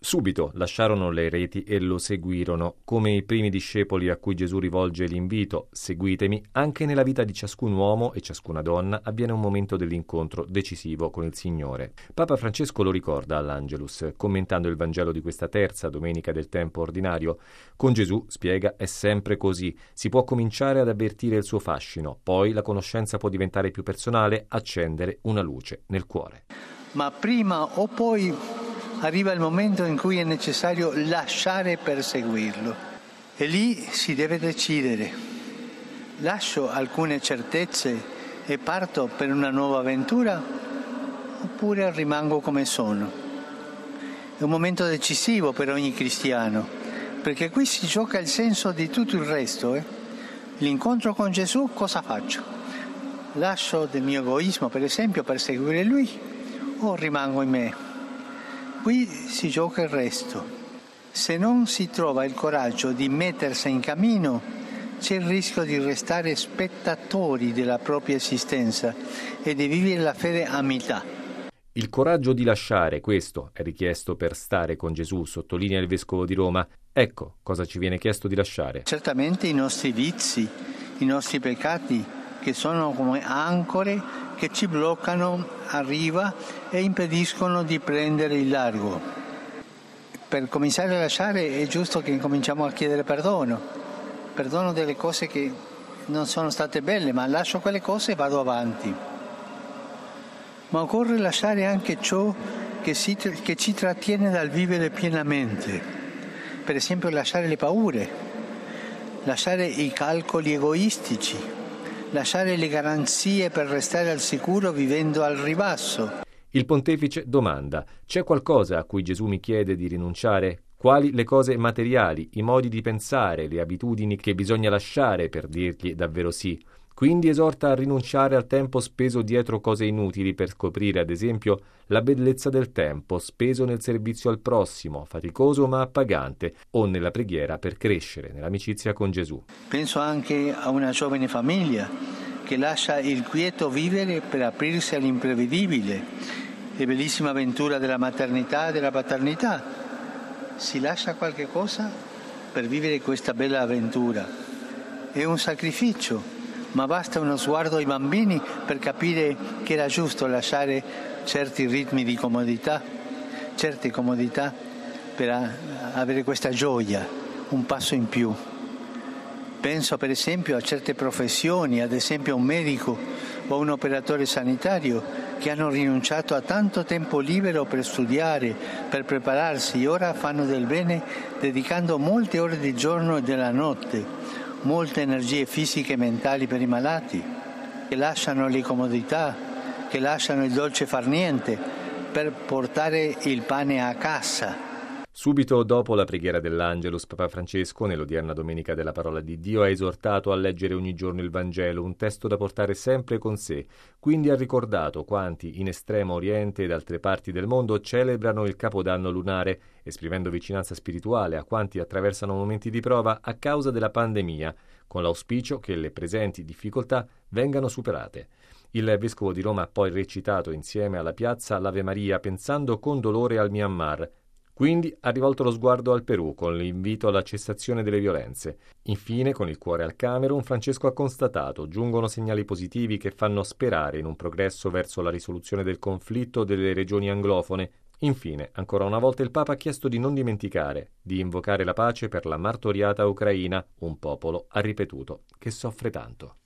Subito lasciarono le reti e lo seguirono, come i primi discepoli a cui Gesù rivolge l'invito: seguitemi. Anche nella vita di ciascun uomo e ciascuna donna avviene un momento dell'incontro decisivo con il Signore. Papa Francesco lo ricorda all'Angelus, commentando il Vangelo di questa terza domenica del tempo ordinario. Con Gesù, spiega, è sempre così. Si può cominciare ad avvertire il suo fascino, poi la conoscenza può diventare più personale, accendere una luce nel cuore. Ma prima o poi arriva il momento in cui è necessario lasciare per seguirlo e lì si deve decidere: lascio alcune certezze e parto per una nuova avventura oppure rimango come sono. È un momento decisivo per ogni cristiano, perché qui si gioca il senso di tutto il resto. L'incontro con Gesù, cosa faccio? Lascio del mio egoismo, per esempio, per seguire Lui, o rimango in me? Qui si gioca il resto. Se non si trova il coraggio di mettersi in cammino, c'è il rischio di restare spettatori della propria esistenza e di vivere la fede a metà. Il coraggio di lasciare, questo è richiesto per stare con Gesù, sottolinea il Vescovo di Roma. Ecco cosa ci viene chiesto di lasciare. Certamente i nostri vizi, i nostri peccati, che sono come ancore che ci bloccano a riva e impediscono di prendere il largo. Per cominciare a lasciare è giusto che cominciamo a chiedere perdono delle cose che non sono state belle, ma lascio quelle cose e vado avanti. Ma occorre lasciare anche ciò che ci trattiene dal vivere pienamente. Per esempio lasciare le paure, lasciare i calcoli egoistici, lasciare le garanzie per restare al sicuro vivendo al ribasso. Il pontefice domanda: c'è qualcosa a cui Gesù mi chiede di rinunciare? Quali le cose materiali, i modi di pensare, le abitudini che bisogna lasciare per dirgli davvero sì? Quindi esorta a rinunciare al tempo speso dietro cose inutili per scoprire, ad esempio, la bellezza del tempo speso nel servizio al prossimo, faticoso ma appagante, o nella preghiera per crescere nell'amicizia con Gesù. Penso anche a una giovane famiglia che lascia il quieto vivere per aprirsi all'imprevedibile, la bellissima avventura della maternità e della paternità. Si lascia qualche cosa per vivere questa bella avventura. È un sacrificio, ma basta uno sguardo ai bambini per capire che era giusto lasciare certi ritmi di comodità, certe comodità, per avere questa gioia, un passo in più. Penso per esempio a certe professioni, ad esempio un medico o un operatore sanitario che hanno rinunciato a tanto tempo libero per studiare, per prepararsi, e ora fanno del bene dedicando molte ore di giorno e della notte, molte energie fisiche e mentali per i malati, che lasciano le comodità, che lasciano il dolce far niente per portare il pane a casa. Subito dopo la preghiera dell'Angelus, Papa Francesco, nell'odierna Domenica della Parola di Dio, ha esortato a leggere ogni giorno il Vangelo, un testo da portare sempre con sé. Quindi ha ricordato quanti in Estremo Oriente ed altre parti del mondo celebrano il Capodanno lunare, esprimendo vicinanza spirituale a quanti attraversano momenti di prova a causa della pandemia, con l'auspicio che le presenti difficoltà vengano superate. Il Vescovo di Roma ha poi recitato insieme alla piazza l'Ave Maria pensando con dolore al Myanmar. Quindi ha rivolto lo sguardo al Perù con l'invito alla cessazione delle violenze. Infine, con il cuore al Camerun, Francesco ha constatato: giungono segnali positivi che fanno sperare in un progresso verso la risoluzione del conflitto delle regioni anglofone. Infine, ancora una volta il Papa ha chiesto di non dimenticare, di invocare la pace per la martoriata Ucraina, un popolo, ha ripetuto, che soffre tanto.